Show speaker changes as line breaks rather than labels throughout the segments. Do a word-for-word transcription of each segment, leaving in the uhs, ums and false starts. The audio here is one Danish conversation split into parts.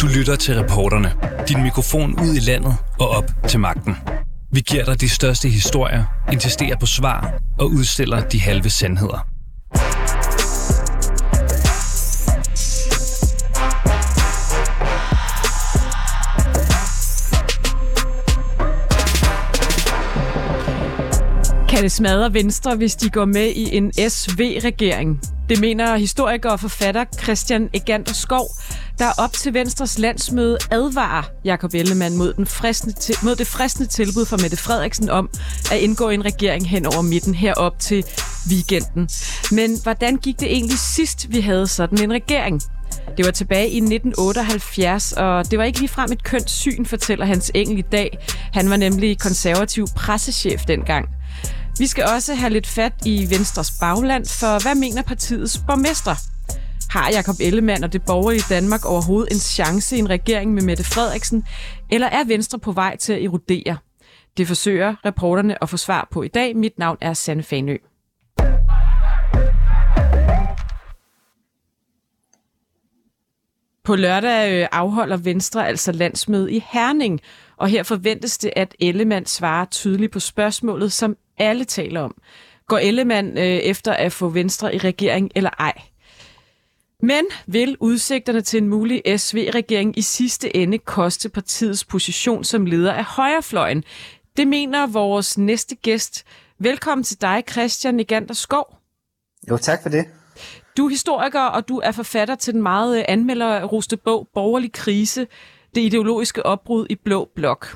Du lytter til Reporterne. Din mikrofon ud i landet og op til magten. Vi giver dig de største historier, insisterer på svar og udstiller de halve sandheder.
Kan det smadre Venstre, hvis de går med i en S V-regering? Det mener historiker og forfatter Christian Egander Skov, der op til Venstres landsmøde advarer Jakob Ellemann mod, den fristende, mod det fristende tilbud fra Mette Frederiksen om at indgå i en regering hen over midten herop til weekenden. Men hvordan gik det egentlig sidst, vi havde sådan en regering? Det var tilbage i nitten otteoghalvfjerds, og det var ikke ligefrem et kønt syn, fortæller Hans Engel i dag. Han var nemlig konservativ pressechef dengang. Vi skal også have lidt fat i Venstres bagland, for hvad mener partiets borgmester? Har Jakob Ellemann og det borgerlige Danmark overhovedet en chance i en regering med Mette Frederiksen, eller er Venstre på vej til at erodere? Det forsøger reporterne at få svar på i dag. Mit navn er Sanne Fanø. På lørdag afholder Venstre altså landsmøde i Herning, og her forventes det, at Ellemann svarer tydeligt på spørgsmålet, som alle taler om. Går Ellemann øh, efter at få Venstre i regering eller ej? Men vil udsigterne til en mulig S V-regering i sidste ende koste partiets position som leder af højrefløjen? Det mener vores næste gæst. Velkommen til dig, Christian Egander Skov.
Jo, tak for det.
Du er historiker, og du er forfatter til den meget anmelderroste bog Borgerlig krise, det ideologiske opbrud i Blå Blok.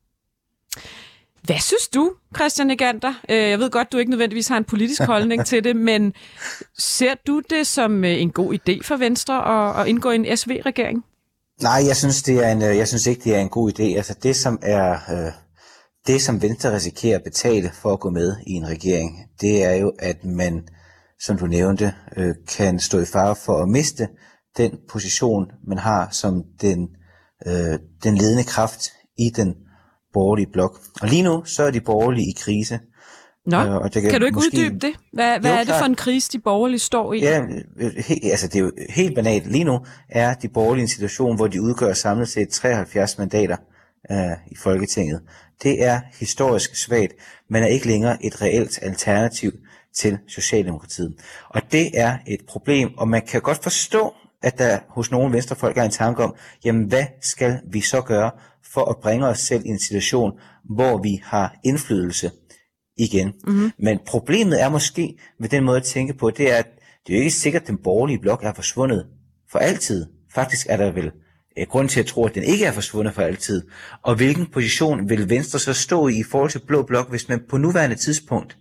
Hvad synes du, Christian Egander? Jeg ved godt, du ikke nødvendigvis har en politisk holdning til det, men ser du det som en god idé for Venstre at indgå i en S V-regering?
Nej, jeg synes, det er en, jeg synes ikke, det er en god idé. Altså det, som er øh, det, som Venstre risikerer at betale for at gå med i en regering, det er jo, at man, som du nævnte, øh, kan stå i fare for at miste den position, man har som den, øh, den ledende kraft i den borgerlige blok. Og lige nu, så er de borgerlige i krise.
Nå, øh, og det kan, kan du ikke måske uddybe det? Hvad, hvad
jo,
er det for en krise, de borgerlige står i?
Ja, he, altså det er jo helt banalt. Lige nu er de borgerlige i en situation, hvor de udgør samlet set treoghalvfjerds mandater øh, i Folketinget. Det er historisk svagt, men er ikke længere et reelt alternativ til Socialdemokratiet. Og det er et problem, og man kan godt forstå, at der hos nogle venstrefolk er en tanke om, jamen hvad skal vi så gøre for at bringe os selv i en situation, hvor vi har indflydelse igen. Mm-hmm. Men problemet er måske med den måde at tænke på, det er, at det er jo ikke sikkert, at den borgerlige blok er forsvundet for altid. Faktisk er der vel eh, grund til at tro, at den ikke er forsvundet for altid. Og hvilken position vil Venstre så stå i i forhold til Blå Blok, hvis man på nuværende tidspunkt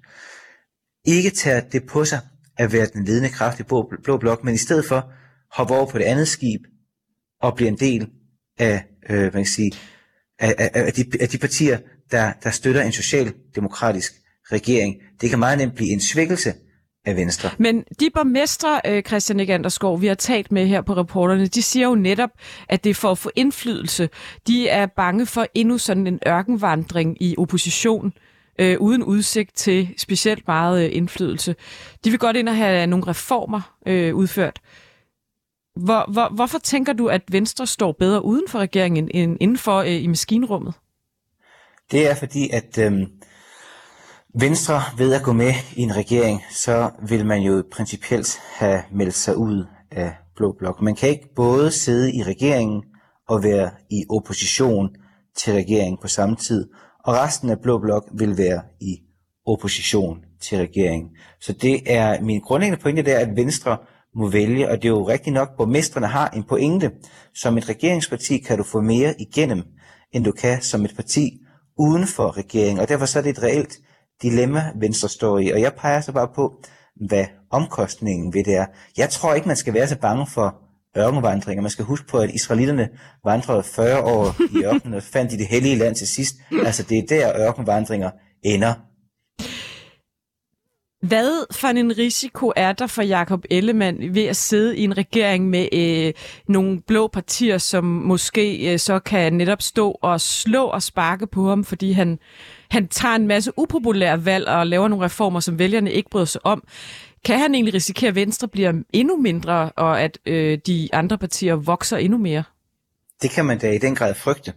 ikke tager det på sig at være den ledende kraft i Blå, Blå Blok, men i stedet for hopper over på det andet skib og bliver en del af, øh, hvad kan jeg sige, af, af, af, de, af de partier, der, der støtter en socialdemokratisk regering. Det kan meget nemt blive en svækkelse af Venstre.
Men de borgmestre, Christian Egander Skov, vi har talt med her på reporterne, de siger jo netop, at det er for at få indflydelse. De er bange for endnu sådan en ørkenvandring i opposition, øh, uden udsigt til specielt meget øh, indflydelse. De vil godt ind og have nogle reformer øh, udført. Hvor, hvor, hvorfor tænker du, at Venstre står bedre uden for regeringen end indenfor øh, i maskinrummet?
Det er fordi, at øh, Venstre ved at gå med i en regering, så vil man jo principielt have meldt sig ud af Blå Blok. Man kan ikke både sidde i regeringen og være i opposition til regeringen på samme tid, og resten af Blå Blok vil være i opposition til regeringen. Så det er min grundlæggende pointe, der, at Venstre må vælge, og det er jo rigtigt nok, borgmestrene har en pointe. Som et regeringsparti kan du få mere igennem, end du kan som et parti uden for regeringen, og derfor så er det et reelt dilemma, Venstre står i, og jeg peger så bare på, hvad omkostningen ved det er. Jeg tror ikke, man skal være så bange for ørkenvandringer. Man skal huske på, at israelitterne vandrede fyrre år i ørkenen og fandt de det hellige land til sidst. Altså det er der ørkenvandringer ender.
Hvad for en risiko er der for Jakob Ellemann ved at sidde i en regering med øh, nogle blå partier, som måske øh, så kan netop stå og slå og sparke på ham, fordi han, han tager en masse upopulære valg og laver nogle reformer, som vælgerne ikke bryder sig om? Kan han egentlig risikere, at Venstre bliver endnu mindre, og at øh, de andre partier vokser endnu mere?
Det kan man da i den grad frygte,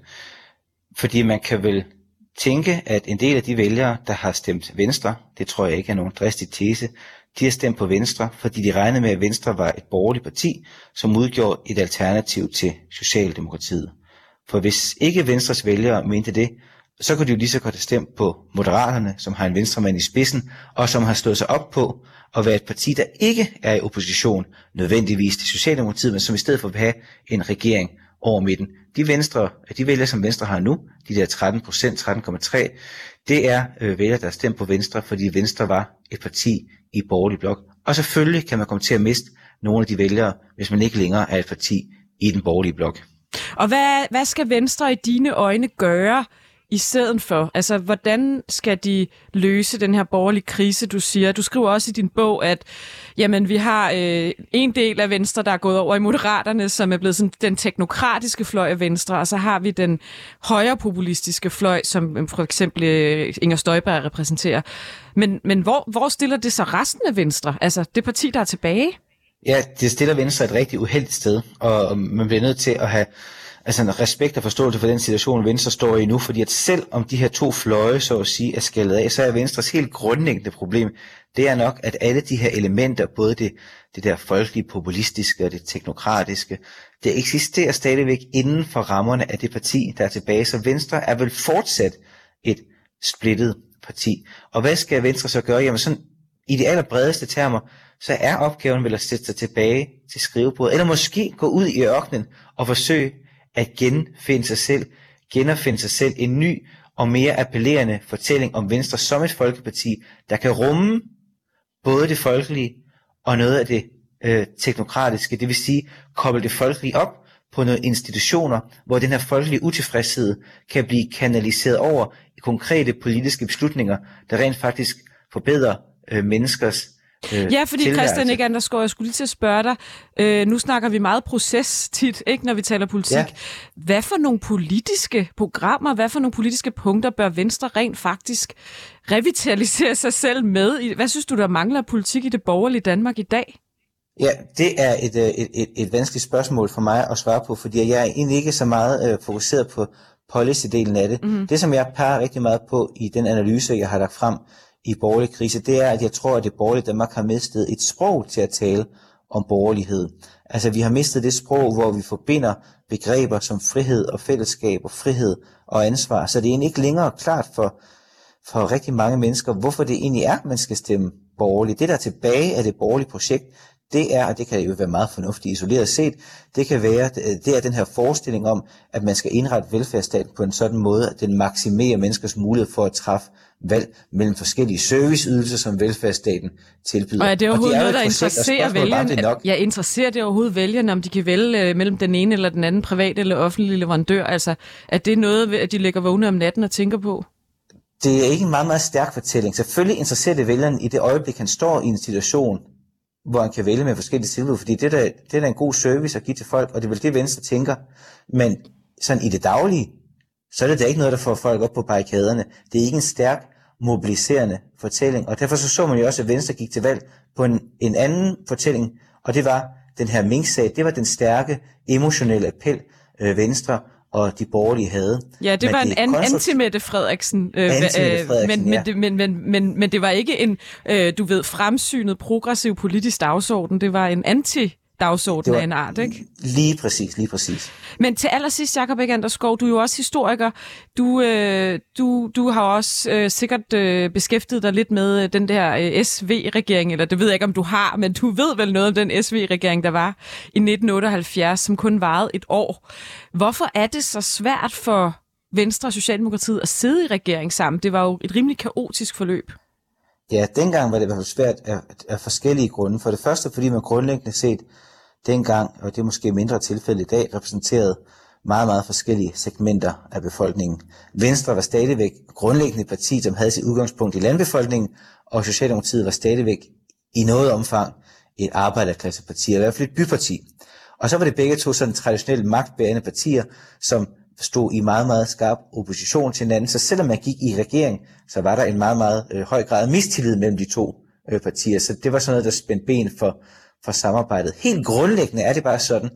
fordi man kan vel tænke, at en del af de vælgere, der har stemt Venstre, det tror jeg ikke er nogen dristig tese, de har stemt på Venstre, fordi de regnede med, at Venstre var et borgerligt parti, som udgjorde et alternativ til Socialdemokratiet. For hvis ikke Venstres vælgere mente det, så kunne de jo lige så godt have stemt på Moderaterne, som har en venstremand i spidsen, og som har slået sig op på at være et parti, der ikke er i opposition nødvendigvis til Socialdemokratiet, men som i stedet for vil have en regering over midten. De, venstre, de vælgere, som Venstre har nu, de der tretten procent, tretten komma tre, det er øh, vælgere, der har stemt på Venstre, fordi Venstre var et parti i borgerlig blok. Og selvfølgelig kan man komme til at miste nogle af de vælgere, hvis man ikke længere er et parti i den borgerlige blok.
Og hvad, hvad skal Venstre i dine øjne gøre i stedet for? Altså, hvordan skal de løse den her borgerlige krise, du siger? Du skriver også i din bog, at jamen, vi har øh, en del af Venstre, der er gået over i Moderaterne, som er blevet sådan den teknokratiske fløj af Venstre, og så har vi den højrepopulistiske fløj, som for eksempel øh, Inger Støjberg repræsenterer. Men, men hvor, hvor stiller det så resten af Venstre? Altså, det parti, der er tilbage?
Ja, det stiller Venstre et rigtig uheldigt sted, og man bliver nødt til at have altså en respekt og forståelse for den situation, Venstre står i nu, fordi at selv om de her to fløje, så at sige, er skaldet af, så er Venstres helt grundlæggende problem, det er nok, at alle de her elementer, både det, det der folkelige populistiske og det teknokratiske, det eksisterer stadigvæk inden for rammerne af det parti, der er tilbage. Så Venstre er vel fortsat et splittet parti. Og hvad skal Venstre så gøre? Jamen sådan, i de allerbredeste termer, så er opgaven vel at sætte sig tilbage til skrivebordet, eller måske gå ud i ørkenen og forsøge at genfinde sig selv, genopfinde sig selv en ny og mere appellerende fortælling om Venstre som et folkeparti, der kan rumme både det folkelige og noget af det øh, teknokratiske, det vil sige koble det folkelige op på nogle institutioner, hvor den her folkelige utilfredshed kan blive kanaliseret over i konkrete politiske beslutninger, der rent faktisk forbedrer øh, menneskers Øh,
ja, fordi Christian Egander Skov, jeg skulle lige til at spørge dig. Øh, nu snakker vi meget proces tit, ikke, når vi taler politik. Ja. Hvad for nogle politiske programmer, hvad for nogle politiske punkter bør Venstre rent faktisk revitalisere sig selv med? Hvad synes du, der mangler politik i det borgerlige Danmark i dag?
Ja, det er et, et, et, et vanskeligt spørgsmål for mig at svare på, fordi jeg er egentlig ikke så meget øh, fokuseret på policy-delen af det. Mm-hmm. Det, som jeg peger rigtig meget på i den analyse, jeg har lagt frem i borgerlig krise, det er, at jeg tror, at det borgerlige Danmark har mistet et sprog til at tale om borgerlighed. Altså, vi har mistet det sprog, hvor vi forbinder begreber som frihed og fællesskab og frihed og ansvar. Så det er egentlig ikke længere klart for, for rigtig mange mennesker, hvorfor det egentlig er, man skal stemme borgerligt. Det, der er tilbage af det borgerlige projekt, det er, og det kan jo være meget fornuftigt isoleret set, det kan være, det er den her forestilling om, at man skal indrette velfærdsstaten på en sådan måde, at den maksimerer menneskers mulighed for at træffe valg mellem forskellige serviceydelser, som velfærdsstaten tilbyder.
Og er det overhovedet noget, der
projekt,
interesserer vælgerne? Ja, interesserer det overhovedet vælgerne, om de kan vælge mellem den ene eller den anden private eller offentlige leverandør? Altså, er det noget, at de ligger vågne om natten og tænker på?
Det er ikke en meget, meget stærk fortælling. Selvfølgelig interesserer det vælgerne i det øjeblik, han står i en situation, hvor han kan vælge med forskellige tilbud, fordi det er, det er da en god service at give til folk, og det er vel det, Venstre tænker. Men sådan i det daglige, så er det da ikke noget, der får folk op på barrikaderne. Det er ikke en stærk, mobiliserende fortælling, og derfor så, så man jo også, at Venstre gik til valg på en, en anden fortælling, og det var den her Mink-sag. Det var den stærke, emotionelle appel, øh, Venstre og de borgerlige havde.
Ja, det men var det en konstrukt... anti-Mette Frederiksen, øh,
anti-Mette Frederiksen
men,
ja.
men, men, men, men, men det var ikke en, øh, du ved, fremsynet, progressiv politisk dagsorden. Det var en anti-dagsorden af en art, ikke?
Lige præcis, lige præcis.
Men til allersidst, Jakob Egander Skov, du er jo også historiker. Du, øh, du, du har også øh, sikkert øh, beskæftiget dig lidt med den der øh, S V-regering, eller det ved jeg ikke, om du har, men du ved vel noget om den S V-regering, der var i nitten otteoghalvfjerds, som kun varede et år. Hvorfor er det så svært for Venstre og Socialdemokratiet at sidde i regering sammen? Det var jo et rimelig kaotisk forløb.
Ja, dengang var det i hvert fald svært af, af forskellige grunde. For det første, fordi man grundlæggende set dengang, og det er måske mindre tilfælde i dag, repræsenterede meget, meget forskellige segmenter af befolkningen. Venstre var stadigvæk grundlæggende et parti, som havde sit udgangspunkt i landbefolkningen, og Socialdemokratiet var stadigvæk i noget omfang et arbejderklasseparti, eller i hvert fald et byparti. Og så var det begge to sådan traditionelle magtbærende partier, som stod i meget, meget skarp opposition til hinanden. Så selvom man gik i regering, så var der en meget, meget øh, høj grad af mistillid mellem de to øh, partier. Så det var sådan noget, der spændte ben for, for samarbejdet. Helt grundlæggende er det bare sådan,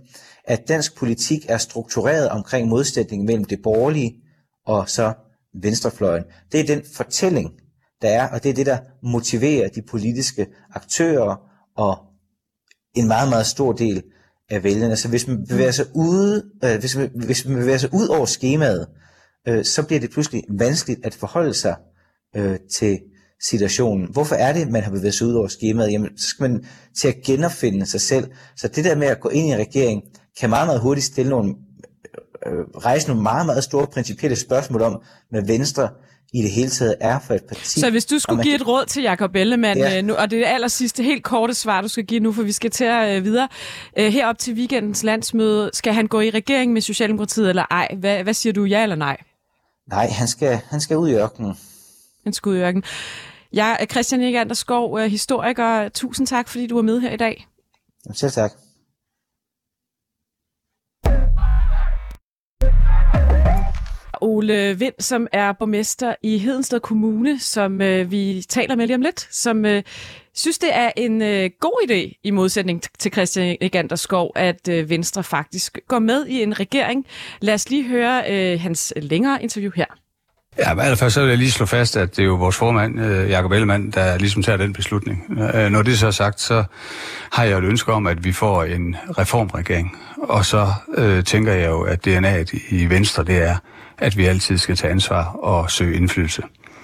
at dansk politik er struktureret omkring modsætningen mellem det borgerlige og så venstrefløjen. Det er den fortælling, der er, og det er det, der motiverer de politiske aktører og en meget, meget stor del af vælgerne. Så hvis man bevæger sig ude, øh, hvis, man, hvis man bevæger sig ud over skemaet, øh, så bliver det pludselig vanskeligt at forholde sig øh, til situationen. Hvorfor er det, man har bevæget sig ud over skemaet? Jamen, så skal man til at genopfinde sig selv. Så det der med at gå ind i en regering, kan meget, meget hurtigt stille nogle, øh, rejse nogle meget, meget store principielle spørgsmål om, hvad Venstre i det hele taget er for et parti.
Så hvis du skulle give et råd til Jakob Ellemann, ja. nu, og det er det aller sidste, helt korte svar, du skal give nu, for vi skal til at uh, videre. Uh, herop til weekendens landsmøde, skal han gå i regering med Socialdemokratiet eller ej? Hvad, hvad siger du, ja eller nej?
Nej, han skal, han skal ud i ørkenen.
Han skal ud i ørkenen. Jeg er Christian Egander Skov, uh, historiker. Tusind tak, fordi du var med her i dag.
Selv tak.
Ole Wind, som er borgmester i Hedensted Kommune, som øh, vi taler med lige om lidt, som øh, synes, det er en øh, god idé i modsætning til Christian Egander Skov, at øh, Venstre faktisk går med i en regering. Lad os lige høre øh, hans længere interview her.
Ja, men allerførst så vil jeg lige slå fast, at det er jo vores formand, øh, Jakob Ellemann, der ligesom tager den beslutning. Øh, når det så er sagt, så har jeg et ønske om, at vi får en reformregering. Og så øh, tænker jeg jo, at D N A'et i Venstre, det er, at vi altid skal tage ansvar og søge indflydelse.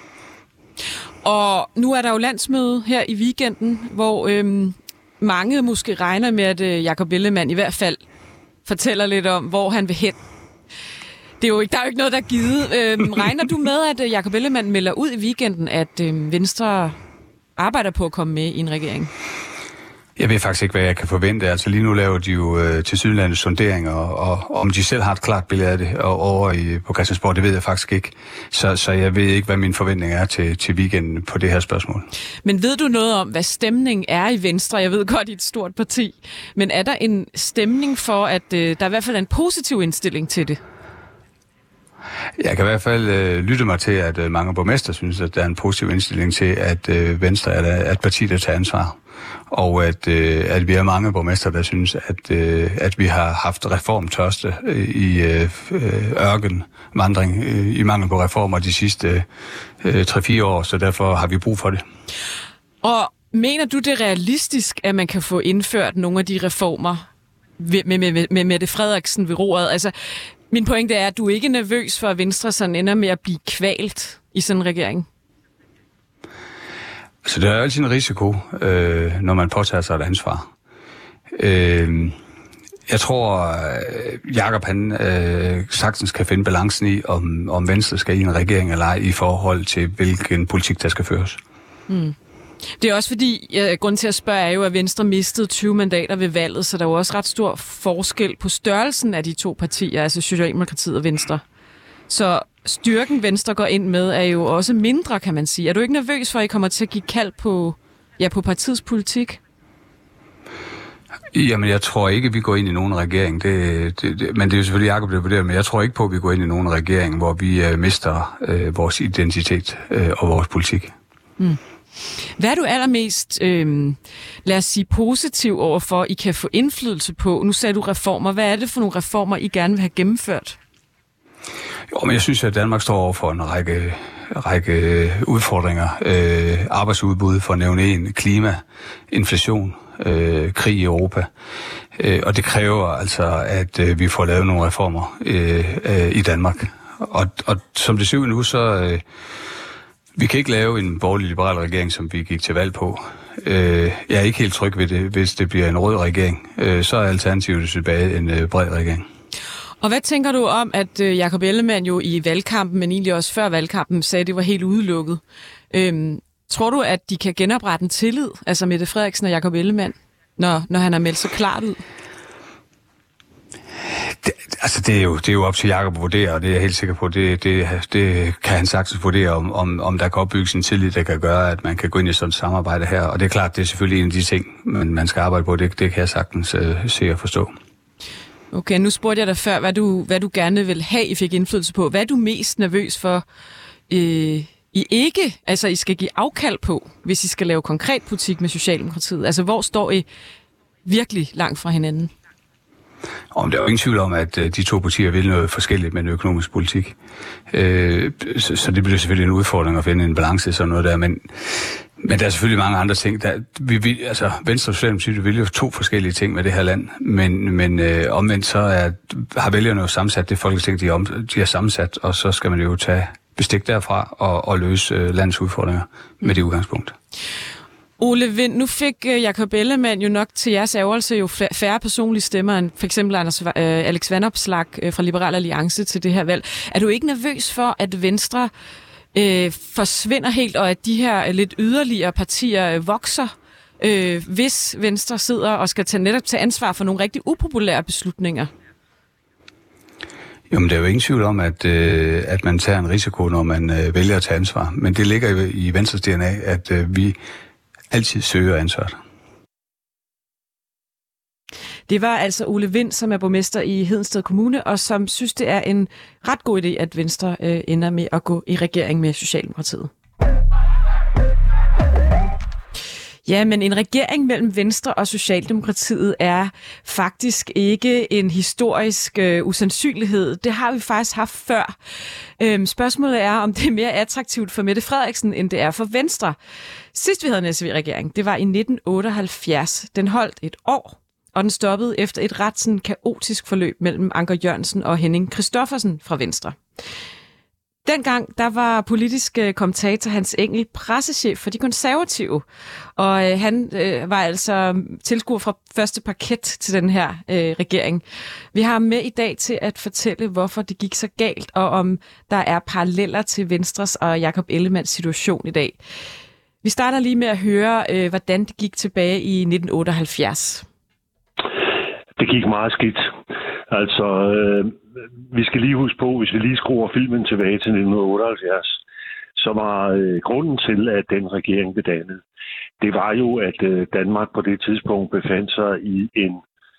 Og nu er der jo landsmøde her i weekenden, hvor øhm, mange måske regner med, at øh, Jakob Ellemann i hvert fald fortæller lidt om, hvor han vil hen. Det er jo ikke, der er jo ikke noget, der er givet. Øhm, regner du med, at øh, Jakob Ellemann melder ud i weekenden, at øh, Venstre arbejder på at komme med i en regering?
Jeg ved faktisk ikke, hvad jeg kan forvente. Altså lige nu laver de jo øh, tilsyneladende sonderinger, og, og om de selv har et klart billede af det og over i, på Christiansborg, det ved jeg faktisk ikke. Så, så jeg ved ikke, hvad min forventning er til, til weekenden på det her spørgsmål. Men
ved du noget om, hvad stemningen er i Venstre? Jeg ved godt, i et stort parti. Men er der en stemning for, at øh, der er i hvert fald en positiv indstilling til det?
Jeg kan i hvert fald øh, lytte mig til, at øh, mange borgmester synes, at der er en positiv indstilling til, at øh, Venstre er, er et parti, der tager ansvar. Og at, øh, at vi er mange borgmester, der synes, at, øh, at vi har haft reformtørste i øh, ørkenvandring øh, i mangel på reformer de sidste øh, tre fire år, så derfor har vi brug for det.
Og mener du, det er realistisk, at man kan få indført nogle af de reformer med, med, med, med Mette Frederiksen ved roret? Altså, min pointe er, at du ikke er nervøs for, at Venstre sådan ender med at blive kvalt i sådan en regering?
Så der er altid en risiko, øh, når man påtager sig et ansvar. Øh, jeg tror, øh, Jakob han øh, sagtens kan finde balancen i, om, om Venstre skal i en regering eller ej, i forhold til, hvilken politik der skal føres. Mm.
Det er også fordi, ja, grunden til at spørge er jo, at Venstre mistede tyve mandater ved valget, så der er jo også ret stor forskel på størrelsen af de to partier, altså Socialdemokratiet og Venstre. Så styrken Venstre går ind med er jo også mindre, kan man sige. Er du ikke nervøs for, at I kommer til at give kald på, ja, på partiets politik?
Jamen, jeg tror ikke, vi går ind i nogen regering. Det, det, det, men det er jo selvfølgelig Jakob, der vurderer, men jeg tror ikke på, at vi går ind i nogen regering, hvor vi uh, mister uh, vores identitet uh, og vores politik.
Mm. Hvad er du allermest, øh, lad os sige, positiv overfor, I kan få indflydelse på? Nu sagde du reformer. Hvad er det for nogle reformer, I gerne vil have gennemført?
Jo, men jeg synes, at Danmark står over for en række, række udfordringer. Øh, arbejdsudbud, for at nævne en, klima, inflation, øh, krig i Europa. Øh, og det kræver altså, at øh, vi får lavet nogle reformer øh, øh, i Danmark. Og, og som det ser ud nu, så øh, vi kan ikke lave en borgerlig-liberal regering, som vi gik til valg på. Øh, jeg er ikke helt tryg ved det, hvis det bliver en rød regering. Øh, så er alternativet tilbage en øh, bred regering.
Og hvad tænker du om, at øh, Jakob Ellemann jo i valgkampen, men egentlig også før valgkampen, sagde, at det var helt udelukket? Øhm, tror du, at de kan genoprette en tillid, altså Mette Frederiksen og Jakob Ellemann, når, når han har meldt så klart ud?
Det, altså, det er, jo, det er jo op til Jakob at vurdere, og det er jeg helt sikker på. Det, det, det kan han sagtens vurdere, om, om, om der kan opbygges en tillid, der kan gøre, at man kan gå ind i sådan et samarbejde her. Og det er klart, det er selvfølgelig en af de ting, man, man skal arbejde på. Det, det kan jeg sagtens uh, se og forstå.
Okay, nu spurgte jeg dig før, hvad du, hvad du gerne vil have, I fik indflydelse på. Hvad er du mest nervøs for, øh, I ikke, altså I skal give afkald på, hvis I skal lave konkret politik med Socialdemokratiet? Altså, hvor står I virkelig langt fra hinanden?
Og der er jo ingen tvivl om, at de to partier vil noget forskelligt med den økonomiske politik. Øh, så, så det bliver selvfølgelig en udfordring at finde en balance i sådan noget der, men, men der er selvfølgelig mange andre ting. Der, vi, vi, altså, Venstre og Socialdemokratiet vil jo to forskellige ting med det her land, men, men øh, omvendt så er, har vælgerne jo sammensat det folketing, de, om, de har sammensat, og så skal man jo tage bestik derfra og, og løse øh, landets udfordringer med det udgangspunkt.
Ole Wind, nu fik uh, Jakob Ellemann jo nok til jeres ærgelse jo færre personlige stemmer end for eksempel Anders, uh, Alex Vanopslagh uh, fra Liberal Alliance til det her valg. Er du ikke nervøs for, at Venstre uh, forsvinder helt, og at de her uh, lidt yderligere partier uh, vokser, uh, hvis Venstre sidder og skal tage, netop tage ansvar for nogle rigtig upopulære beslutninger?
Jo, men der er jo ingen tvivl om, at, øh, at man tager en risiko, når man øh, vælger at tage ansvar. Men det ligger i, i Venstres D N A, at øh, vi altid søger ansvaret.
Det var altså Ole Wind, som er borgmester i Hedensted Kommune, og som synes, det er en ret god idé, at Venstre øh, ender med at gå i regering med Socialdemokratiet. Ja, men en regering mellem Venstre og Socialdemokratiet er faktisk ikke en historisk øh, usandsynlighed. Det har vi faktisk haft før. Øhm, spørgsmålet er, om det er mere attraktivt for Mette Frederiksen, end det er for Venstre. Sidst vi havde en S V-regering, det var i nitten otteoghalvfjerds. Den holdt et år, og den stoppede efter et ret sådan kaotisk forløb mellem Anker Jørgensen og Henning Christoffersen fra Venstre. Dengang, der var politisk kommentator Hans Engel pressechef for de konservative, og øh, han øh, var altså tilskuer fra første parket til den her øh, regering. Vi har ham med i dag til at fortælle, hvorfor det gik så galt, og om der er paralleller til Venstres og Jakob Ellemanns situation i dag. Vi starter lige med at høre, øh, hvordan det gik tilbage i nitten otteoghalvfjerds.
Det gik meget skidt. Altså, øh, vi skal lige huske på, hvis vi lige skruer filmen tilbage til nitten otteoghalvfjerds, så var øh, grunden til, at den regering blev dannet, det var jo, at øh, Danmark på det tidspunkt befandt sig i en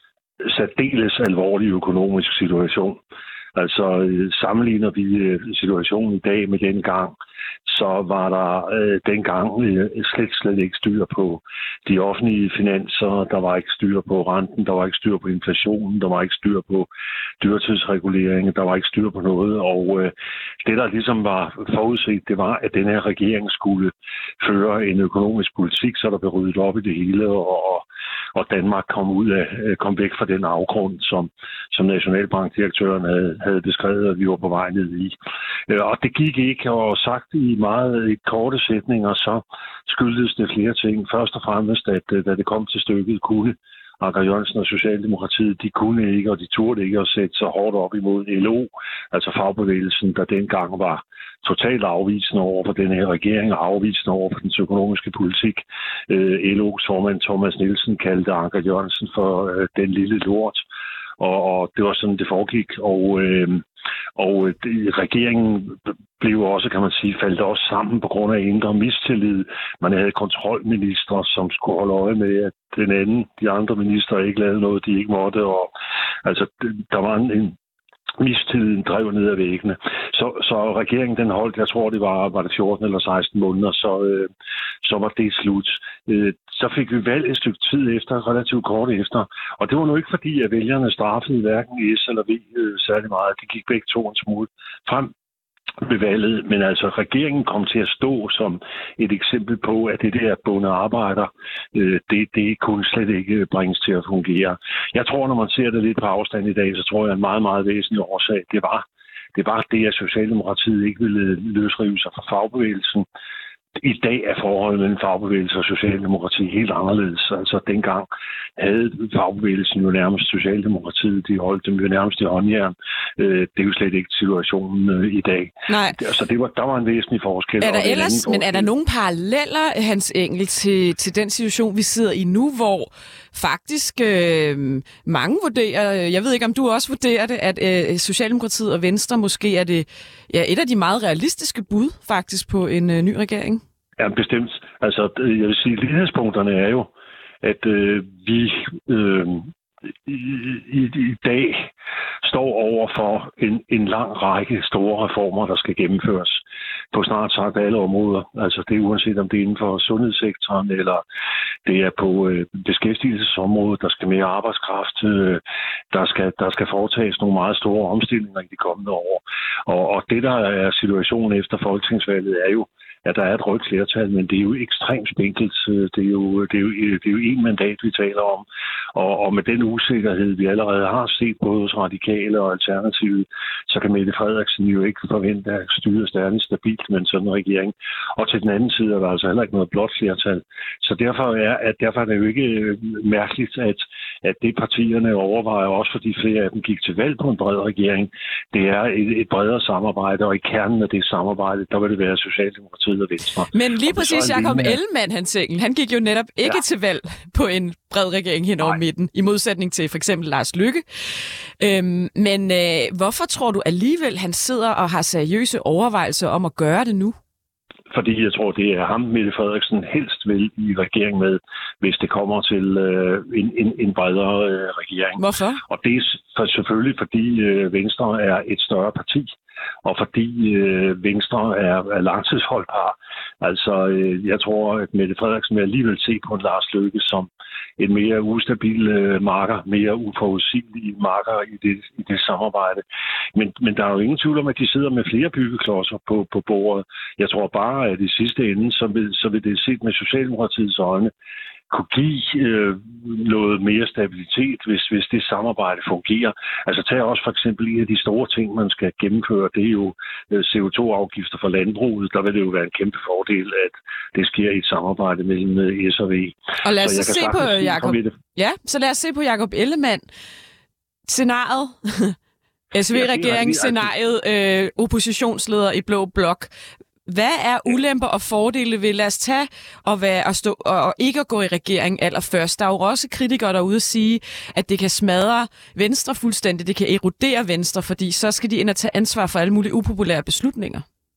særdeles alvorlig økonomisk situation. Altså, øh, sammenligner vi øh, situationen i dag med dengang, så var der øh, dengang øh, slet, slet ikke styr på de offentlige finanser, der var ikke styr på renten, der var ikke styr på inflationen, der var ikke styr på dyrtidsreguleringen, der var ikke styr på noget. Og øh, det, der ligesom var forudset, det var, at den her regering skulle føre en økonomisk politik, så der blev ryddet op i det hele, og, og Danmark kom ud af, kom væk fra den afgrund, som, som Nationalbankdirektøren havde, havde beskrevet, at vi var på vej ned i. Og det gik ikke, og sagt i meget korte sætninger, så skyldtes det flere ting. Først og fremmest, at da det kom til stykket, kunne Anker Jørgensen og Socialdemokratiet, de kunne ikke, og de turde ikke at sætte sig hårdt op imod L O, altså fagbevægelsen, der dengang var totalt afvisende over for den her regering og afvisende over for dens økonomiske politik. Øh, L O's formand Thomas Nielsen kaldte Anker Jørgensen for øh, den lille lort, og, og det var sådan, det foregik, og øh, Og det, regeringen blev også, kan man sige, faldt også sammen på grund af indre mistillid. Man havde kontrolministre, som skulle holde øje med, at den anden, de andre ministre ikke lavede noget, de ikke måtte. Og, altså, der var en, en mistilliden drev ned ad væggene. Så, så regeringen, den holdt, jeg tror, det var, var det fjorten eller seksten måneder, så, øh, så var det slut. Øh, så fik vi valg et stykke tid efter, relativt kort efter. Og det var nu ikke fordi, at vælgerne straffede hverken S eller V øh, særlig meget. De gik begge to en smule frem ved valget, men altså regeringen kom til at stå som et eksempel på, at det der bunde arbejder, øh, det, det kunne slet ikke bringes til at fungere. Jeg tror, når man ser det lidt på afstand i dag, så tror jeg, at en meget, meget væsentlig årsag, det var det, var det at Socialdemokratiet ikke ville løsrive sig fra fagbevægelsen. I dag er forholdet mellem fagbevægelse og Socialdemokrati helt anderledes. Altså dengang havde fagbevægelsen jo nærmest Socialdemokratiet, de holdt dem jo nærmest i håndjern. Det er jo slet ikke situationen i dag.
Nej.
Så det var, der var en væsentlig forskel.
Er der ellers, men er der nogle paralleller, Hans Engel, til, til den situation, vi sidder i nu, hvor faktisk øh, mange vurderer, jeg ved ikke om du også vurderer det, at øh, Socialdemokratiet og Venstre måske er det ja, et af de meget realistiske bud faktisk på en øh, ny regering?
Ja, bestemt. Altså, jeg vil sige, lighedspunkterne er jo, at øh, vi øh, i, i, i dag står over for en, en lang række store reformer, der skal gennemføres. på snart sagt alle områder. Altså det er uanset om det er inden for sundhedssektoren, eller det er på øh, beskæftigelsesområdet, der skal mere arbejdskraft, øh, der, skal, der skal foretages nogle meget store omstillinger i de kommende år. Og, og det, der er situationen efter folketingsvalget, er jo, at der er et rødt flertal, men det er jo ekstremt spinkelt. Det er jo, det er jo, det er jo en mandat, vi taler om. Og, og med den usikkerhed, vi allerede har set både hos Radikale og Alternativet, så kan Mette Frederiksen jo ikke forvente at styre stærkt stabilt med en sådan regering. Og til den anden side er der altså heller ikke noget blåt flertal. Så derfor er, at derfor er det jo ikke mærkeligt, at, at det partierne overvejer, også fordi flere af dem gik til valg på en bred regering, det er et, et bredere samarbejde, og i kernen af det samarbejde, der vil det være Socialdemokratiet.
Men lige præcis Jakob Ellemann, Hans Engel, han gik jo netop ikke ja. til valg på en bred regering hen over midten, i modsætning til for eksempel Lars Løkke. Øhm, men øh, hvorfor tror du alligevel, han sidder og har seriøse overvejelser om at gøre det nu?
Fordi jeg tror, det er ham, Mette Frederiksen helst vil i regering med, hvis det kommer til øh, en, en, en bredere øh, regering.
Hvorfor?
Og det er for, selvfølgelig, fordi øh, Venstre er et større parti, og fordi øh, Venstre er, er langtidsholdbar. Altså, øh, jeg tror, at Mette Frederiksen vil alligevel se på en Lars Løkke som en mere ustabil øh, marker, mere uforudsigelig marker i det, i det samarbejde. Men, men der er jo ingen tvivl om, at de sidder med flere byggeklodser på, på bordet. Jeg tror bare, at i sidste ende, så vil, så vil det set med Socialdemokratiets øjne, kunne give øh, noget mere stabilitet, hvis, hvis det samarbejde fungerer. Altså tag også for eksempel en af de store ting, man skal gennemføre, det er jo øh, C O to afgifter for landbruget. Der vil det jo være en kæmpe fordel, at det sker i et samarbejde mellem øh, S og V.
Og lad os så se på Jakob. Ja, så lad os se på Jakob Ellemann. Scenariet, S V-regeringsscenariet, øh, oppositionsleder i Blå Blok. Hvad er ulemper og fordele ved, lad os tage og, være, og, stå, og ikke at gå i regering allerførst? Der er jo også kritikere derude at sige, at det kan smadre Venstre fuldstændig, det kan erodere Venstre, fordi så skal de ind og tage ansvar for alle mulige upopulære beslutninger.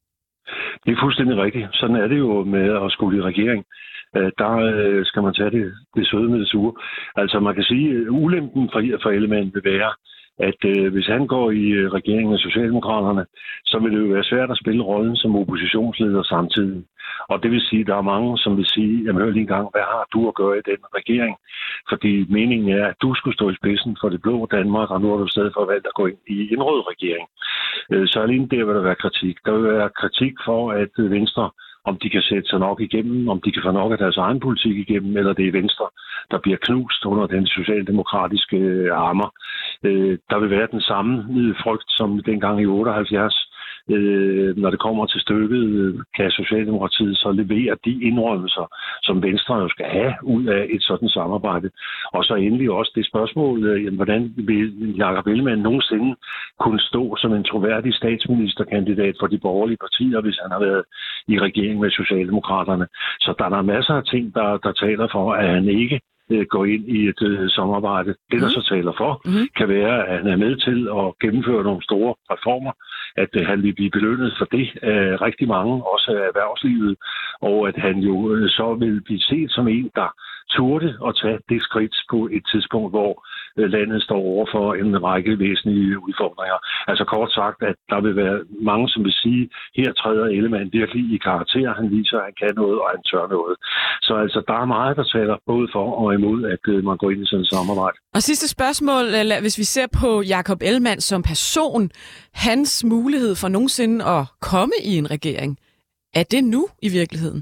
Det er fuldstændig rigtigt. Sådan er det jo med at skulle i regering. Der skal man tage det, det søde med det sure. Altså man kan sige, at ulempen for, for Ellemann vil være, at øh, hvis han går i øh, regeringen af Socialdemokraterne, så vil det jo være svært at spille rollen som oppositionsleder samtidig. Og det vil sige, at der er mange, som vil sige, jamen hør lige en gang, hvad har du at gøre i den regering? Fordi meningen er, at du skulle stå i spidsen for det blå Danmark, og nu har du i stedet for valgt at gå ind i en rød regering. Øh, så alene der vil der være kritik. Der vil være kritik for, at øh, Venstre, om de kan sætte sig nok igennem, om de kan få nok af deres egen politik igennem, eller det er Venstre, der bliver knust under den socialdemokratiske armer. Øh, der vil være den samme frygt som dengang i otteoghalvfjerds. Øh, når det kommer til stykket, kan Socialdemokratiet så levere de indrømmelser, som Venstre jo skal have ud af et sådan samarbejde. Og så endelig også det spørgsmål, øh, hvordan vil Jakob Ellemann nogensinde kunne stå som en troværdig statsministerkandidat for de borgerlige partier, hvis han har været i regering med Socialdemokraterne. Så der er masser af ting, der, der taler for, at han ikke gå ind i et uh, samarbejde. Det, der mm. så taler for, mm. kan være, at han er med til at gennemføre nogle store reformer, at uh, han vil blive belønnet for det af rigtig mange, også af erhvervslivet, og at han jo uh, så vil blive set som en, der turde at tage det skridt på et tidspunkt, hvor uh, landet står over for en række væsentlige udfordringer. Altså kort sagt, at der vil være mange, som vil sige, her træder Ellemann virkelig i karakter, han viser, at han kan noget, og han tør noget. Så altså, der er meget, der taler både for og imod, at uh, man går ind i sådan et samarbejde.
Og sidste spørgsmål, hvis vi ser på Jakob Ellemann som person, hans mulighed for nogensinde at komme i en regering, er det nu i virkeligheden?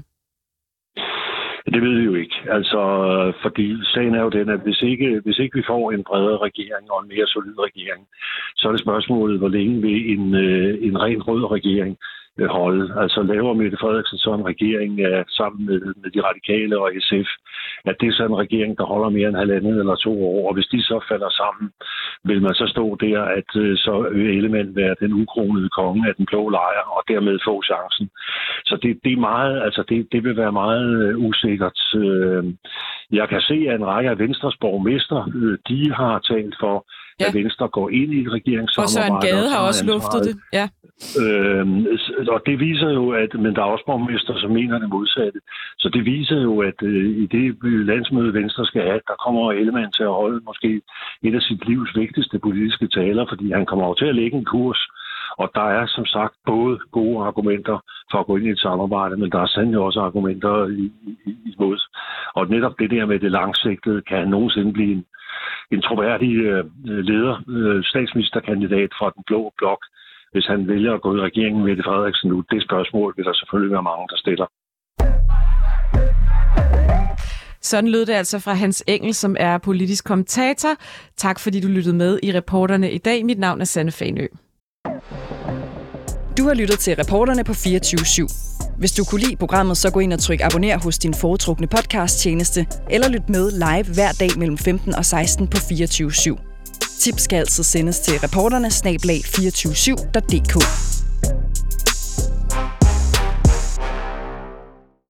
Det ved vi jo ikke. Altså, fordi sagen er jo den, at hvis ikke, hvis ikke vi får en bredere regering og en mere solid regering, så er det spørgsmålet, hvor længe vil en, en ren rød regering holde. Altså laver Mette Frederiksen så en regering ja, sammen med, med de radikale og S F, at det er så en regering, der holder mere end halvandet eller to år, og hvis de så falder sammen, vil man så stå der, at så vil Ellemann være den ukronede konge af den blå lejr, og dermed få chancen. Så det, det er meget, altså det, det vil være meget usikkert. Jeg kan se, at en række af Venstres borgmester, de har talt for, ja. At Venstre går ind i et regeringssamarbejde.
Og Søren Gade har også luftet det, ja.
Øhm, og det viser jo, at men der er også borgmester, som mener det modsatte. Så det viser jo, at øh, i det landsmøde Venstre skal have, der kommer Ellemann til at holde måske et af sit livs vigtigste politiske taler, fordi han kommer jo til at lægge en kurs. Og der er som sagt både gode argumenter for at gå ind i et samarbejde, men der er sandelig også argumenter imod. Og netop det der med det langsigtede kan nogensinde blive en, en troværdig øh, leder, øh, statsministerkandidat fra den blå blok, hvis han vælger at gå i regeringen med Mette Frederiksen nu. Det spørgsmål vil der selvfølgelig være mange, der stiller.
Sådan lød det altså fra Hans Engel, som er politisk kommentator. Tak fordi du lyttede med i Reporterne i dag. Mit navn er Sanne Fanø.
Du har lyttet til Reporterne på fireogtyve syv. Hvis du kunne lide programmet, så gå ind og tryk abonner hos din foretrukne podcasttjeneste, eller lyt med live hver dag mellem femten og seksten på fireogtyve syv. Tips skal altid sendes til reporterne snabel-a to fire syv punktum d k.